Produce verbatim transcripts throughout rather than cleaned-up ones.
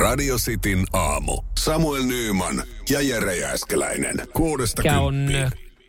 Radio Cityn aamu. Samuel Nyyman ja Jere Jääskeläinen. Kuudesta Mikä on kymppiin.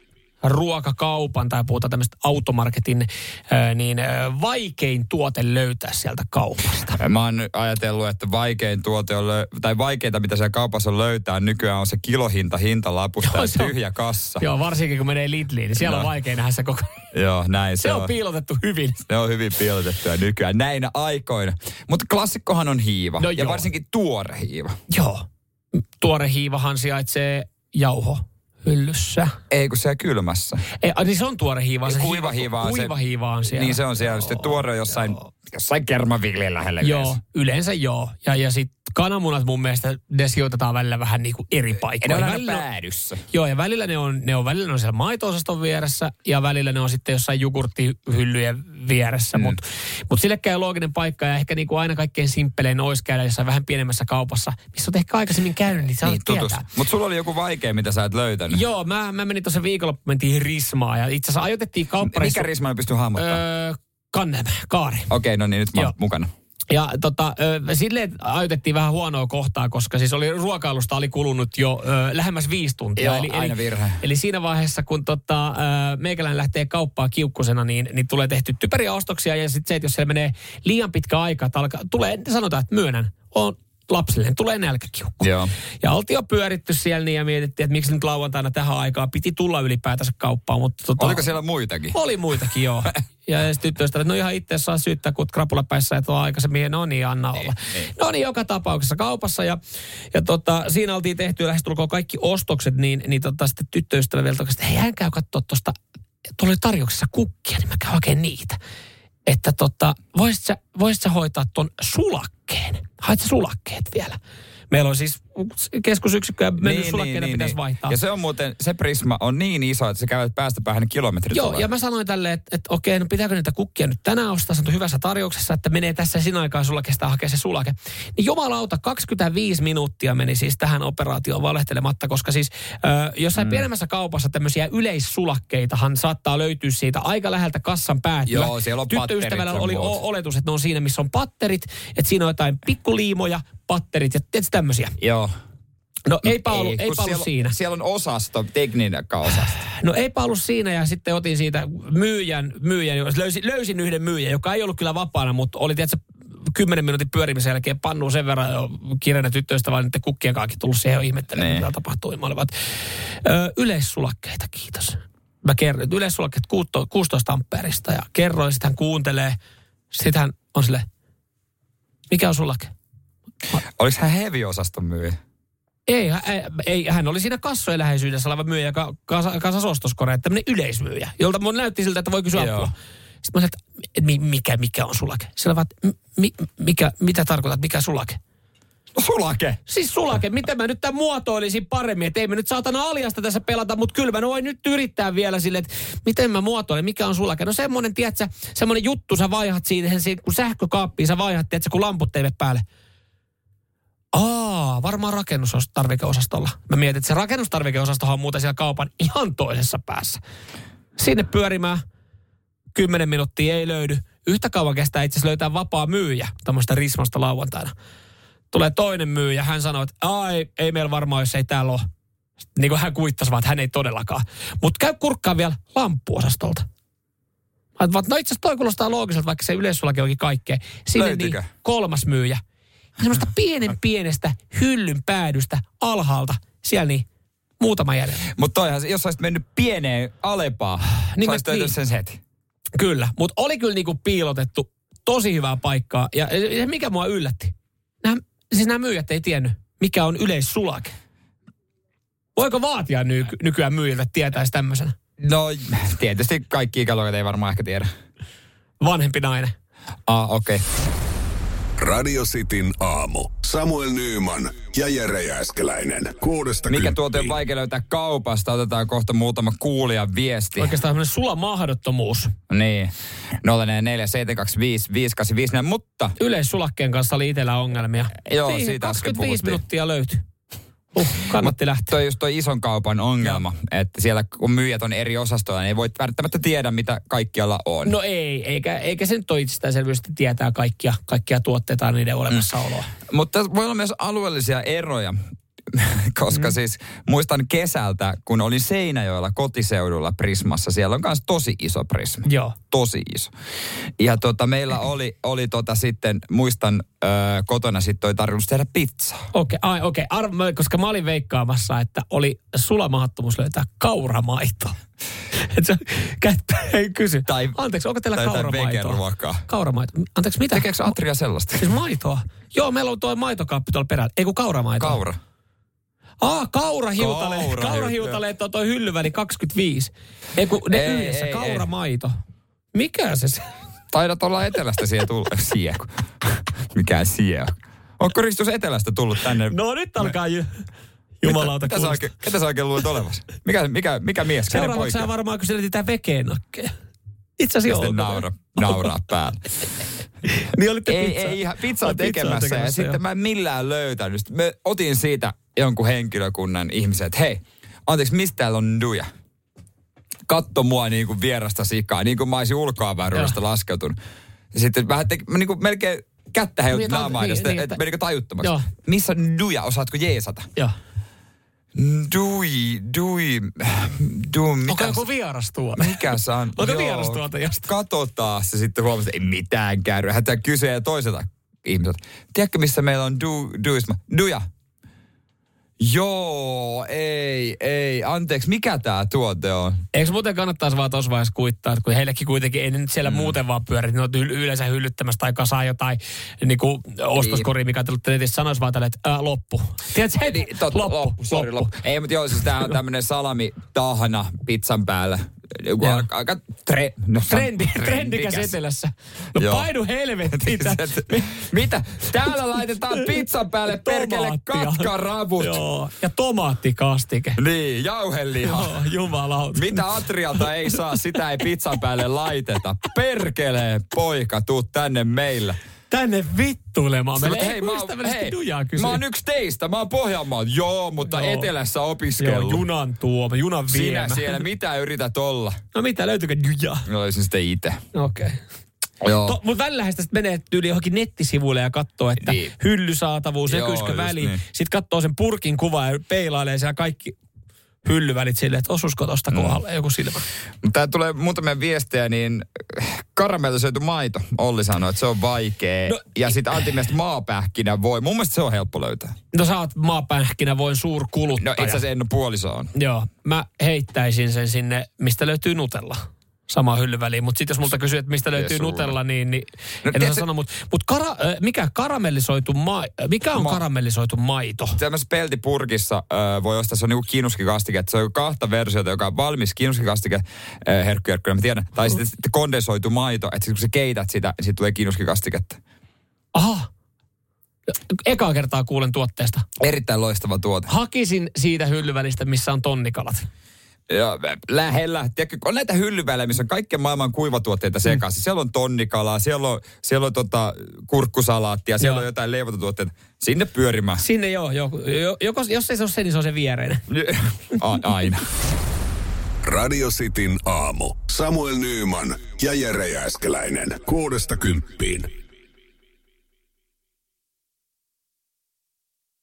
ruokakaupan tai puhutaan tämmöistä automarketin, ää, niin ää, vaikein tuote löytää sieltä kaupasta? Mä oon ajatellut, että vaikein tuote on, lö- tai vaikeinta, mitä siellä kaupassa on löytää nykyään on se kilohinta hintalapusta ja tyhjä kassa. Joo, varsinkin kun menee Lidliin, niin siellä no. on vaikea nähdä se koko... Joo, näin se, se on. on. piilotettu hyvin. Ne on hyvin piilotettuja nykyään näinä aikoina. Mutta klassikkohan on hiiva. No ja joo. varsinkin tuore hiiva. Joo. Tuore hiivahan sijaitsee jauho. Hyllyssä. Ei, kun siellä kylmässä. Ei, niin se on tuore hiiva. Se Kuiva hiiva on kuiva se. hiiva on siellä. Niin se on siellä. Sitten tuore on jossain, jossain kermaviglien lähellä. Joo, yleensä. yleensä joo. Ja, ja sitten kananmunat mun mielestä ne sijoitetaan välillä vähän niin kuin eri paikkoihin. Ne on Välillä aina päädyssä. Joo, ja välillä ne on, ne on, välillä ne on siellä maito-osaston vieressä, ja välillä ne on sitten jossain jogurttihyllyjen vieressä. Mm. Mutta mut sillekään ei ole looginen paikka, ja ehkä niin kuin aina kaikkein simppelein olisi käydä jossain vähän pienemmässä kaupassa, missä olet ehkä aikaisemmin käynyt, niin sä Niin, niin, tietää. Mutta sulla oli joku vaikea, mitä sä et löytänyt. Joo, mä, mä menin tuossa viikonloppu, mentiin Rismaan, ja itse asiassa ajoitettiin kauppareissu. Mikä Risma pystyy hahmottamaan? Öö, Kannem, Kaari. Okei, okay, no niin, nyt mä oon mukana. Ja tota, ö, silleen ajoitettiin vähän huonoa kohtaa, koska siis oli ruokailusta oli kulunut jo ö, lähemmäs viisi tuntia. Joo, eli, aina virhe. Eli, eli siinä vaiheessa, kun tota, ö, meikäläinen lähtee kauppaan kiukkusena, niin, niin tulee tehty typeriä ostoksia. Ja sitten se, että jos siellä menee liian pitkä aika, että alkaa, tulee, sanotaan, että myönnän, on lapsille, tulee nälkäkiukku. Joo. Ja oltiin jo pyöritty siellä niin ja mietittiin, että miksi nyt lauantaina tähän aikaan piti tulla ylipäätänsä kauppaan. Mutta tota, oliko siellä muitakin? Oli muitakin, joo. Ja sitten tyttöystävät, että no ihan itse saa syyttää, kun krapulapäissä, että on aikaisemmin, no niin, anna olla. Ei, ei. No niin, joka tapauksessa kaupassa. Ja, ja tota, siinä oltiin tehty lähestulkoon kaikki ostokset, niin, niin tota, sitten tyttöystävä vielä tokasi, että hei, hän käy katsoa tuosta, tuolla oli tarjouksessa kukkia, niin mä käyn hakemaan niitä. Että tota, voisit sä, voisit sä hoitaa ton sulakkeen? Hait sä sulakkeet vielä? Meillä on siis keskusyksikkö ja mennyt niin, sulakkeita niin, pitäisi niin. vaihtaa. Ja se on muuten, se Prisma on niin iso, että sä käyt päästä päähän kilometrit. Joo, tulee. ja mä sanoin tälle, että, että okei, no pitääkö niitä kukkia nyt tänään ostaa, se on hyvässä tarjouksessa, että menee tässä siinä aikaa sulla kestää hakea se sulake. Niin jumalauta, kaksikymmentäviisi minuuttia meni siis tähän operaatioon valehtelematta, koska siis äh, jossain mm. pienemmässä kaupassa tämmöisiä yleissulakkeitahan saattaa löytyä siitä aika läheltä kassan päätyä. Joo, siellä on Tyttöystävällä oli muut. oletus, että ne on siinä, missä on patterit, että siinä on jotain pikkuliimoja, patterit ja tietysti tämmöisiä. Joo. No eipä ei, ollut, eipä ollut siellä, siinä. Siellä on osasto, tekniikka osasto. No eipä ollut siinä ja sitten otin siitä myyjän, myyjän löysin, löysin yhden myyjän, joka ei ollut kyllä vapaana, mutta oli tietysti kymmenen minuutin pyörimisen jälkeen pannuu sen verran jo kirjainen tyttöystävä, niiden kukkien kanssa tullut siihen jo ihmettelemään, mitä tapahtui. Mä olivat, ö, yleissulakkeita, kiitos. Mä kerroin, että yleissulakkeet kuusitoista ampeerista ja kerroin, sitten hän kuuntelee, sitten hän on silleen, mikä on sulake? Oliko hän heavy-osaston myyjä? Ei, ei, hän oli siinä kassojen läheisyydessä oleva myyjä, joka kasasi ostoskoreja, tämmöinen yleismyyjä, jolta mun näytti siltä, että voi kysyä apua. Sitten mä sanoin, että mikä, mikä on sulake? Sillä vaan, mi, mikä, mitä tarkoitat, mikä sulake? No sulake. Siis sulake, miten mä nyt tämän muotoilisin paremmin, että ei me nyt saatana aljasta tässä pelata, mutta kyllä mä voin nyt yrittää vielä silleen, että miten mä muotoilen, mikä on sulake? No semmoinen, tiedätkö, semmoinen juttu, sä vaihat siihen, kun sähkökaappiin sä vaihat, tiedätkö, kun lamput eivät päälle. Aa, varmaan rakennustarvikeosastolla. Mä mietin, että se rakennustarvikeosastohan on muuten siellä kaupan ihan toisessa päässä. Sinne pyörimään. Kymmenen minuuttia ei löydy. Yhtä kauan kestää itse asiassa löytää vapaa myyjä tämmöistä Rismasta lauantaina. Tulee toinen myyjä. Hän sanoo, että ai, ei meillä varmaan, jos ei täällä ole. Sitten, niin kuin hän kuittasi vaan, että hän ei todellakaan. Mutta käy kurkkaan vielä lamppuosastolta. No itse asiassa toi kuulostaa loogiselta, vaikka se yleissulake onkin kaikkea. Sinne niin kolmas myyjä. Semmoista pienen pienestä hyllyn päädystä alhaalta. Siellä niin muutama jäljellä. Mutta toihan, jos olisit mennyt pieneen Alepaan, niin olisit löytänyt sen heti. Kyllä, mutta oli kyllä niinku piilotettu tosi hyvää paikkaa. Ja, ja mikä mua yllätti? Nämä, siis nämä myyjät ei tiennyt, mikä on yleissulake. Voiko vaatia ny, nykyään myyjiltä, että tietäisi tämmöisenä? No tietysti kaikki ikäluokat ei varmaan ehkä tiedä. Vanhempi nainen. Ah, okei. Okay. Radio Cityn aamu. Samuel Nyyman ja Jere Jääskeläinen. Kuudesta Mikä tuote on vaikea löytää kaupasta? Otetaan kohta muutama kuulijan viesti. Oikeastaan tämmöinen sula mahdottomuus. Niin. nolla neljä seitsemän kaksi viisi viisi kahdeksan viisi, mutta... Yleissulakkeen kanssa oli itsellä ongelmia. Joo, Siihen siitä äsken kaksikymmentäviisi minuuttia löytyi. Uh, kannatti lähteä. Toi just toi ison kaupan ongelma, ja. Että siellä kun myyjät on eri osastoilla, niin ei voi välttämättä tiedä, mitä kaikkialla on. No ei, eikä, eikä se nyt ole itsestäänselvyydessä tietää kaikkia, kaikkia tuotteita ja niiden olemassaoloa. Mm. Mutta voi olla myös alueellisia eroja. Koska mm. siis muistan kesältä, kun olin Seinäjoella kotiseudulla Prismassa, siellä on myös tosi iso Prisma. Joo. Tosi iso. Ja tota, meillä oli, oli tota sitten, muistan ö, kotona sitten toi tarkoitus tehdä pizzaa. Okei, okay, okei. Okay. Koska mä olin veikkaamassa, että oli sulamahattomuus löytää kauramaito. Että sä ei kysy. Tai, anteeksi, onko teillä kauramaitoa? Kauramaito. Anteeksi, mitä? Tekeekö Atria sellaista? Siis maitoa. Joo, meillä on tuo maitokaappi tuolla perällä. Ei kun kauramaito. Kaura. Ah, kaurahiutaleet. Kaura, kaurahiutaleet on toi hyllyväli kaksikymmentäviisi. Ei kun ne ei, yhdessä, ei, kauramaito. Ei. Mikä se se? Taidat olla etelästä siihen tullut. Sieku. Mikä sieku? Onko Ristus etelästä tullut tänne? No nyt alkaa ju- jumalauta kuulosta. Oikein, ketä sä oikein luulet olevasi? Mikä, mikä, mikä mies? Seuraavaksi sä varmaan kyselet tää vekeenakkeja. Itse asiassa on. Naura, nauraa päällä. Niin olitte ei, pizza. Ei, ihan pizzaa tekemässä, tekemässä ja jo. Sitten mä en millään löytänyt. Mä otin siitä jonkun henkilökunnan ihmisen, että hei, anteeksi, mistä täällä on duja? Katso mua niin kuin vierasta sikaa, niin kuin mä olisin ulkoavaruudesta laskeutunut. Ja sitten vähän te, mä niin kuin melkein kättä heilutin niin, naamaan, niin, niin, että menikö tajuttomaksi. Joo. Missä on duja, osaatko jeesata? Joo. Dui, dui, dui, mitä? Onko joku vierastuote? Mikä se on? Onko vierastuote jostain? Katsotaan se sitten huomasi, että ei mitään käy. Hän kysyy toiselta ihmiseltä. Tiedätkö, missä meillä on du, duisma? Duja. Joo, ei, ei. Anteeksi, mikä tää tuote on? Eikö muuten kannattaisi vaan tuossa vaiheessa kuittaa, että kun heillekin kuitenkin ei nyt siellä mm. muuten vaan pyöri, ne on yleensä hyllyttämässä tai kasaa jotain niin kuin ostoskoria, mikä te netissä sanoisi vaan tälle, että ää, loppu. Tiedätkö heti? Niin, tot, loppu, loppu, sorry, loppu. loppu. Ei, mutta joo, siis tää on tämmönen salamitahna pizzan päällä. Joku aika, aika tre, no, Trendi, trendikäs etelässä. No joo. Painu helvettiin. Mitä? Täällä laitetaan pizzan päälle perkele katkaravut. Joo, ja tomaattikastike. Niin, jauheliha. Joo, jumalauta. Mitä Atrialta ei saa, sitä ei pizzan päälle laiteta. Perkele, poika, tuu tänne meillä. Tänne vittuilemaan. Meillä ei hei, mä, ystävällisesti dujaa kysyä. Mä oon yksi teistä. Mä oon Pohjanmaalla. Joo, mutta joo. Etelässä opiskellut. Joo, junan tuoma, junan viemä. Sinä siellä, mitä yrität olla? No mitä, löytyykö dujaa? No olisin sitten itse. Okei. Okay. Joo. Mutta välillähän sitä menee tyyli johonkin nettisivuille ja katsoo, että niin. hyllysaatavuus, näkyisikö väliin. Niin. Sitten katsoo sen purkin kuvaa ja peilailee siellä kaikki hyllyvälit silleen, että osuisiko tosta mm. kohdalle joku silmä. Tää tulee muutamia viestejä, niin karamellisoitu maito, Olli sanoi, että se on vaikea. No, ja sitten Antti mielestä maapähkinä voi. Mun mielestä se on helppo löytää. No sä oot maapähkinä voin suurkuluttaja. No itse asiassa en ole puolisoon. Joo, mä heittäisin sen sinne, mistä löytyy Nutella. Sama hyllyväliin, mutta sitten jos multa kysyy, että mistä löytyy Nutella, niin, niin no, en osaa sanoa. Mutta mut kara, äh, mikä karamellisoitu ma, mikä on Ma- karamellisoitu maito? Tämmöisessä peltipurkissa äh, voi ostaa, se on niinku kinuskikastike. Se on kahta versiota, joka on valmis kinuskikastike, äh, herkkujerkkuja, mä tiedän. Tai sitten sit kondensoitu maito, että kun sä keität sitä, niin siitä tulee kinuskikastiketta. Aha. Ekaa kertaa kuulen tuotteesta. Erittäin loistava tuote. Hakisin siitä hyllyvälistä, missä on tonnikalat. Ja lähellä. Tiedätkö, on näitä hyllyvälejä, missä on kaikkien maailman kuivatuotteita sekaisin. Mm. Siellä on tonnikalaa, siellä on, siellä on tota kurkkusalaattia, siellä joo. on jotain leivotatuotteita. Sinne pyörimään. Sinne joo, joo. Joko, jos ei se ole se, niin se on se viereinen. Aina. Radio Cityn aamu. Samuel Nyyman ja Jere Jääskeläinen. Kuudesta kymppiin.